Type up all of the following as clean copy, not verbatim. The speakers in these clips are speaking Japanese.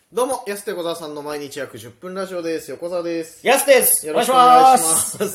どうも、安手小沢さんの毎日約10分ラジオです。横澤です。 安です。 よろしくお願いします。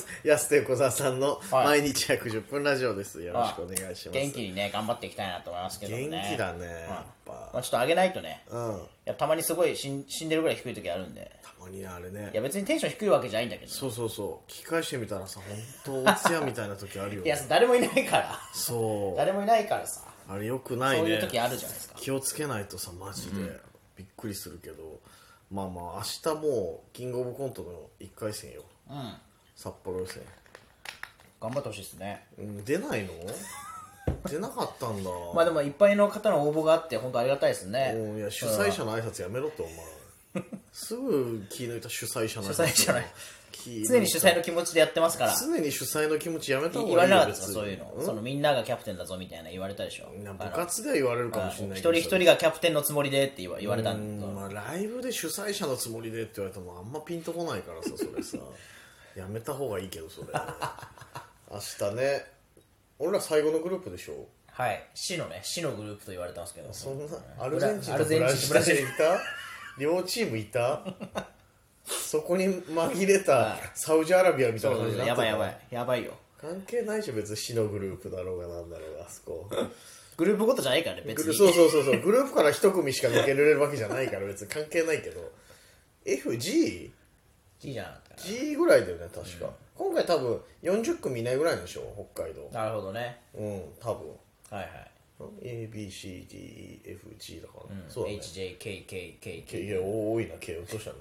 安手小沢さんの毎日約10分ラジオです。よろしくお願いします。 元気にね、頑張っていきたいなと思いますけどね。 元気だね。やっぱ。 ちょっと上げないとね。 うん。 いや、たまにすごい死んでるぐらい低い時あるんで。 たまにね、あれね。 いや、別にテンション低いわけじゃないんだけど。 そう。聞き返してみたらさ、本当おつやみたいな時あるよね。 いや、誰もいないから。 そう。 誰もいないからさ。 あれよくないね。 そういう時あるじゃないですか。 気をつけないとさ、マジで。びっくりするけど。まあ明日もうキングオブコントの1回戦よ、札幌予選頑張ってほしいですね。 出ないの出なかったんだ。 まあでもいっぱいの方の応募があって本当ありがたいですね。 いや主催者の挨拶やめろってお前すぐ気抜いた主催者の挨拶常に主催の気持ちでやってますから。 常に主催の気持ちやめた方がいいよ。 言われなかったですかそういうの、そのみんながキャプテンだぞみたいな言われたでしょ。 部活では言われるかもしれないけど、 一人一人がキャプテンのつもりでって言われたんだけど、 ライブで主催者のつもりでって言われてもあんまピンとこないからさ、それさやめた方がいいけど、それ明日ね、俺ら最後のグループでしょ。 はい、死のグループと言われてますけど、 そんなアルゼンチンとブラジルいた両チームいたそこに紛れたサウジアラビアみたいな感じになってた。 やばいよ。 関係ないでしょ、別に死のグループだろうがなんだろうが、あそこグループごとじゃないからね、別に。 そうグループから一組しか抜けられるわけじゃないから別に関係ないけど、 FG じゃなかったかな。 G ぐらいだよね確か、今回多分40組いないぐらいなんでしょ、北海道。 なるほどね。 多分はい ABCDEFG だからね、 そうだね。HJKKK いや多いな、K 落としたの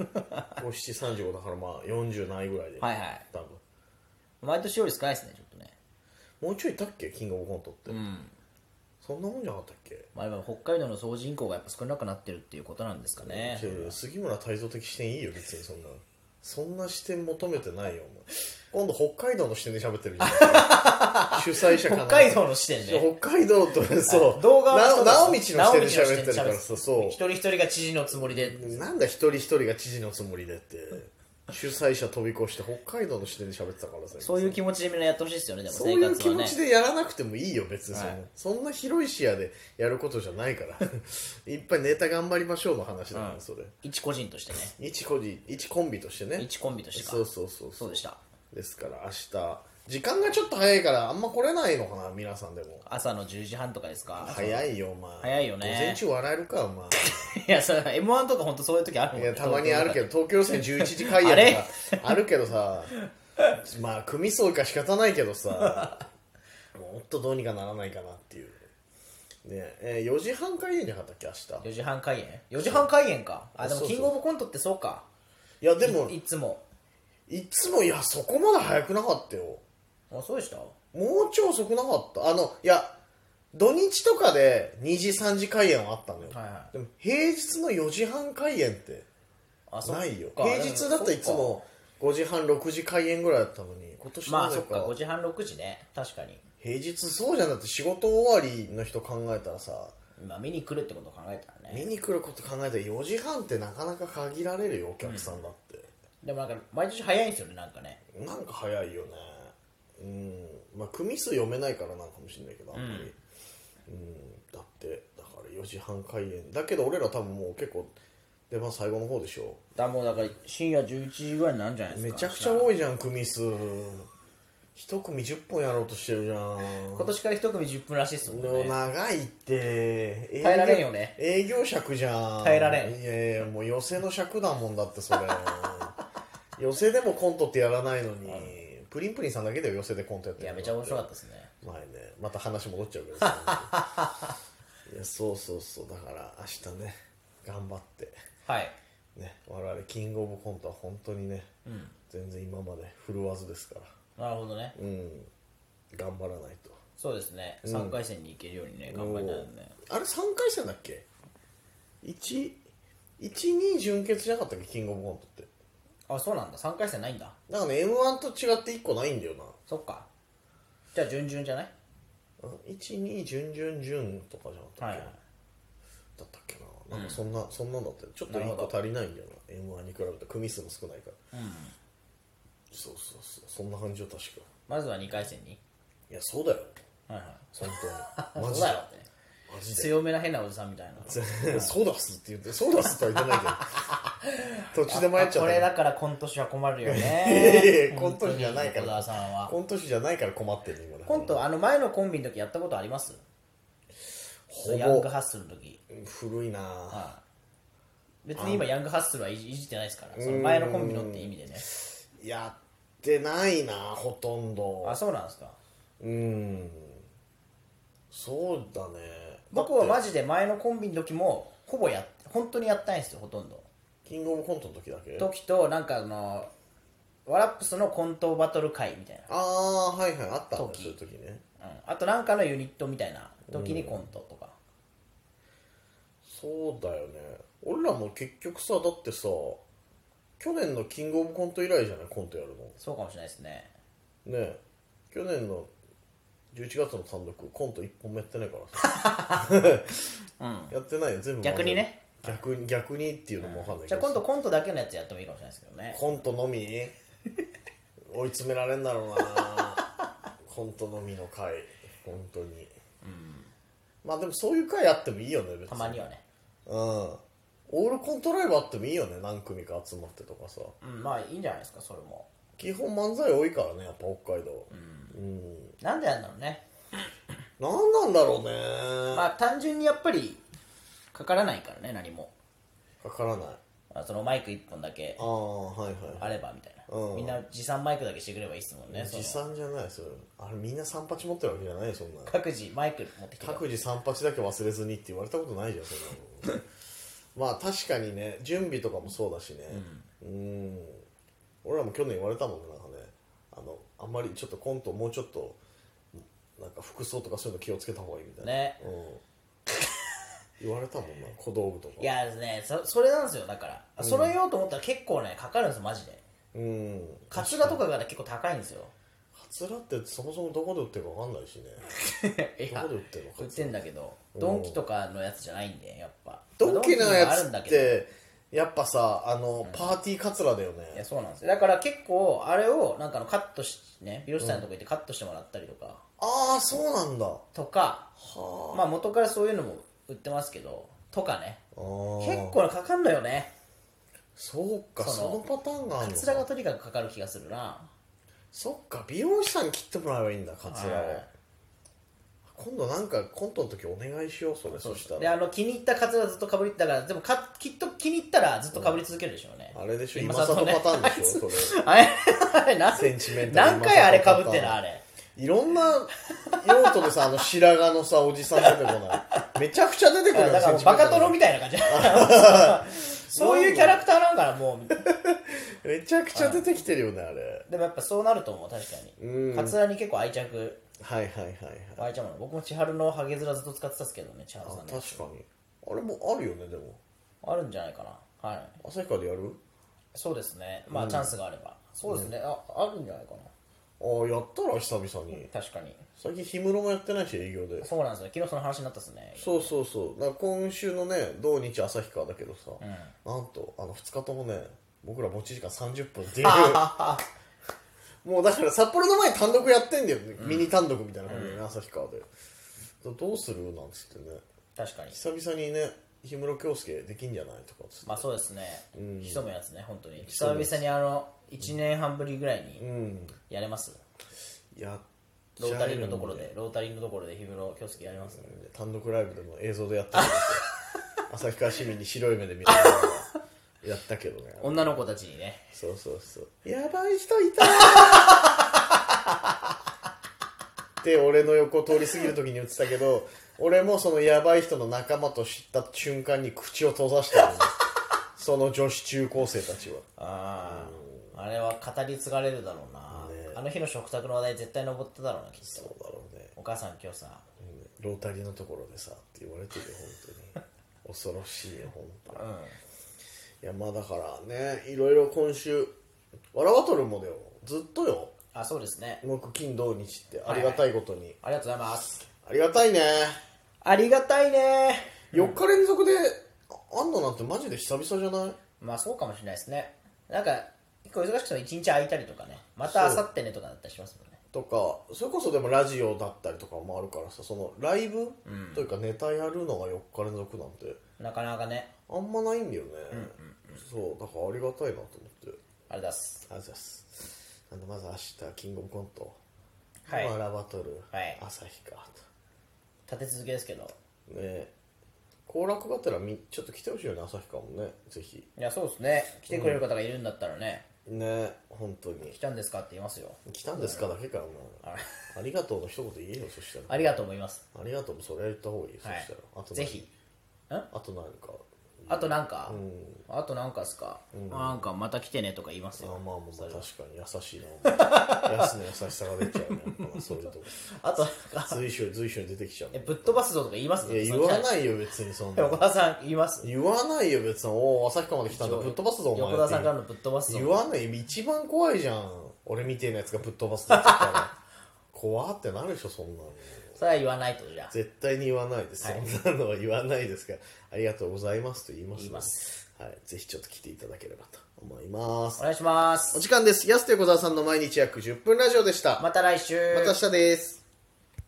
5735だからまあ40ないぐらいで、多分毎年より少ないですね、ちょっとね。 もうちょいいたっけ、キングオブコントって。そんなもんじゃなかったっけ。 まあ今北海道の総人口がやっぱ少なくなってるっていうことなんですかね。 杉村太蔵的視点いいよ、別にそんな視点求めてないよ。今度北海道の視点で喋ってるじゃん主催者かな、 北海道の視点ね。 北海道とそう動画直道の視点で喋ってるからさ、そう一人一人が知事のつもりで、 なんだ一人一人が知事のつもりでって主催者飛び越して北海道の視点で喋ってたからさ、 そういう気持ちでみんなやってほしいですよね。でもそういう気持ちでやらなくてもいいよ別に、そんな広い視野でやることじゃないからいっぱいネタ頑張りましょうの話だから、それ一個人としてね、 一コンビとしてね、 一コンビとしてか、 そうでした。 ですから明日時間がちょっと早いからあんま来れないのかな、皆さん。でも朝の10時半とかですか。 早いよ、まあ早いよね。 午前中笑えるか、まあいや、それ M1 とか本当そういう時あるもんね。 いやたまにあるけど、東京予選11時開演とかあるけどさまあ組数多いから仕方ないけどさもっとどうにかならないかなっていうね。4時半開演じゃなかったっけ、明日。 4時半開演、4時半開演か。でもキングオブコントってそうか。 いやでもいつもいやそこまで早くなかったよ。 そうでした。 もうちょい遅くなかった。いや土日とかで2時3時開演はあったのよ、でも平日の4時半開演ってないよ。平日だったらいつも5時半6時開演ぐらいだったのに、今年まあそっか、5時半6時ね、確かに。 平日そうじゃなくて仕事終わりの人考えたらさ、 見に来るってことを考えたらね、 見に来ること考えたら4時半ってなかなか限られるよ、お客さんだって、 でもなんか毎年早いんですよね、なんか早いよね。まあ組数読めないからなんかもしれないけど、あんまりだから4時半開演だけど、俺ら多分もう結構出番最後の方でしょ。 もうだから深夜11時ぐらいになるんじゃないですか。 めちゃくちゃ多いじゃん、組数。一組10本やろうとしてるじゃん。 今年から一組10分らしいっすもんね。 長いって耐えられんよね。 営業尺じゃん。 耐えられん。 いやいや、もう寄せの尺だもんだって、それ寄せでもコントってやらないのに、プリンプリンさんだけで寄せでコントやってる。 いやめちゃ面白かったですね。 前ね、また話戻っちゃうけどさいやそうだから明日ね頑張ってね、我々キングオブコントは本当にね、全然今まで振るわずですから。 なるほどね。 頑張らないと。 そうですね、3回戦に行けるようにね、頑張りたいのね。 あれ3回戦だっけ。1、2準決じゃなかったっけ、キングオブコントって。 そうなんだ、3回戦ないんだ。 だからね、 M1 と違って1個ないんだよな。 そっか、じゃあ準々じゃない。 1、2準々準とかじゃなかったっけ、だったっけな、なんかそんなんだったよ。ちょっと1個足りないんだよな、M1 に比べて組数も少ないから。そうそんな感じよ確か。 まずは2回戦に。 いやそうだよ、 本当にマジでそうだよって。 マジで強めな変なおじさんみたいなソーダスって言って、ソーダスとは言ってないけど途中で迷っちゃった。 これだからコント師は困るよねコント師じゃないから、 小田さんはコント師じゃないから困ってる今。 コント前のコンビの時やったことあります？ヤングハッスルの時。 古いなぁ。 別に今ヤングハッスルはいじってないですから、その前のコンビのって意味でね。 やってないなほとんど。 あ、そうなんですか。 そうだね。 僕はマジで前のコンビの時もほぼ本当にやったんですよ、ほとんど。 キングオブコントの時だけ？ 時となんかワラップスのコントバトル会みたいな。 ああ、はいはい、あったんだ、そういう時ね。 あとなんかのユニットみたいな時にコントとか。 そうだよね。俺らも結局さ、だってさ、去年のキングオブコント以来じゃない、コントやるの。 そうかもしれないですね。 ねえ、去年の11月の単独コント1本もやってないからさ、やってないよ、全部。 逆にね、 逆にっていうのも分かんないけど、 じゃあ今度コントだけのやつやってもいいかもしれないですけどね。 コントのみ追い詰められんだろうなコントのみの回、本当に。まあでもそういう回あってもいいよね、別に。 たまにはね。 オールコントライブあってもいいよね、何組か集まってとかさ。 まあいいんじゃないですか、それも。 基本漫才多いからね、やっぱ北海道。 なんでやんだろうね。 なんなんだろうね。 まあ単純にやっぱりかからないからね、何もかからない。 そのマイク1本だけあればみたいな、みんな持参マイクだけしてくればいいっすもんね。 持参じゃないですよ、あれみんな3八持ってるわけじゃないよ、そんな。 各自マイク持ってきて、 各自3八だけ忘れずにって言われたことないじゃん、そんなのまあ確かにね、準備とかもそうだしね。俺らも去年言われたもんね、なんかね、あんまりちょっとコントもうちょっとなんか服装とかそういうの気をつけた方がいいみたいなね、言われたもんな、小道具とか。 いやね、それなんですよ。だから揃えようと思ったら結構ねかかるんですよ、マジで。カツラとかが、ね、結構高いんですよ。 カツラってそもそもどこで売ってるか分かんないしねどこで売ってるのか。 売ってんだけど、ドンキとかのやつじゃないんで、やっぱドンキのやつってやっぱさ、パーティーカツラだよね。 いや、そうなんですよ。だから結構あれをなんかカットしてね、美容師さんのとこ行ってカットしてもらったりとか、 ああ、そうなんだ。 とか、まあ元からそういうのも売ってますけど、とかね、結構かかんのよね。 そうか、そのパターンがあるのか。 カツラがとにかくかかる気がするな。 そっか、美容師さんに切ってもらえばいいんだ、カツラを。今度なんかコントの時お願いしよう、それ。そしたらで、気に入ったカツラずっとかぶり、だからでもきっと気に入ったらずっとかぶり続けるでしょうね。 あれでしょ、今里パターンでしょ、それ。 あれセンチメンタル何回あれかぶってな、あれ。 いろんな用途でさ、白髪のさ、おじさん出てこない。めちゃくちゃ出てくるよ。 だからバカ殿みたいな感じ。そういうキャラクターなんかな、もう。めちゃくちゃ出てきてるよね、あれ。 でもやっぱそうなると思う、確かに。カツラに結構愛着。愛着も僕も千春のハゲ面ずっと使ってたんですけどね、千春さん。 確かに。あれもあるよね、でも。 あるんじゃないかな。はい。 旭川でやる？ そうですね。まあチャンスがあれば。そうですね。あるんじゃないかな。 やったら久々に。 確かに。 最近氷室もやってないし、営業で。 そうなんですよ。昨日その話になったっすね。 そうだから今週のね、土日旭川だけどさ、なんと2日ともね、僕ら持ち時間30分っていうもうだから札幌の前に単独やってんだよね、ミニ単独みたいな感じでね、旭川で。どうするなんつってね。 確かに。 久々にね、氷室京介できんじゃないとかつって。 まあそうですね。潜むやつね、本当に。久々に1年半ぶりぐらいにやれます。ロータリーのところで氷室京介やりますね。 単独ライブでも映像でやったけど旭川市民に白い目で見られながらやったけどね。 女の子たちにね。 そうやばい人いたって俺の横通り過ぎる時に言ってたけど、俺もそのやばい人の仲間と知った瞬間に口を閉ざしたよねその女子中高生たちは。 あれは語り継がれるだろうな、ね、あの日の食卓の話題絶対登っただろうな、きっと。 そうだろうね。 お母さん今日さ、 ロータリーのところでさって言われてるよ、本当に恐ろしいよ、本当に。いや、まあだからね、いろいろ今週わらバトルもだよ、ずっとよ。 そうですね。 木金土日ってありがたいことに、 ありがとうございます。 ありがたいね。 ありがたいね。 4日連続であんのなんてマジで久々じゃない？ まあそうかもしれないですね。なんか結構忙しくても1日空いたりとかね、また明後日ねとかだったりしますもんね。 とかそれこそでもラジオだったりとかもあるからさ、そのライブというかネタやるのが4日連続なんてなかなかねあんまないんだよね、そうだからありがたいなと思って。 ありがとうございます。 なんでまず明日キングオブコント、 はい、 ラバトル、 はい、 旭川と立て続けですけどね、後楽がてらちょっと来てほしいよね、旭川もね、ぜひ。 いやそうですね、来てくれる方がいるんだったらね、 ね、本当に来たんですかって言いますよ。 来たんですかだけからもありがとうの一言言えよ。そしたらありがとうも言います。 ありがとうもそれ言った方がいい、そしたらあとぜひあと何かあとなんかですか、なんかまた来てねとか言いますよ。 まあ確かに優しいなヤスの優しさが出ちゃうねそういうとこあと随所に出てきちゃう。 ぶっ飛ばすぞとか言います？ いや言わないよ別に。そんな横田さん言います？ 言わないよ別に。おお旭川まで来たんだぶっ飛ばすぞお前。 横田さんからのぶっ飛ばすぞ言わない。一番怖いじゃん俺みてえなやつがぶっ飛ばすって言ったら怖ってなるでしょそんなの。 それは言わないと。じゃあ絶対に言わないです、そんなのは言わないですから、ありがとうございますと言います、 言います。 はい、ぜひちょっと来ていただければと思います。 お願いします。 お時間です。安手小沢さんの毎日約10分ラジオでした。 また来週。 また明日です。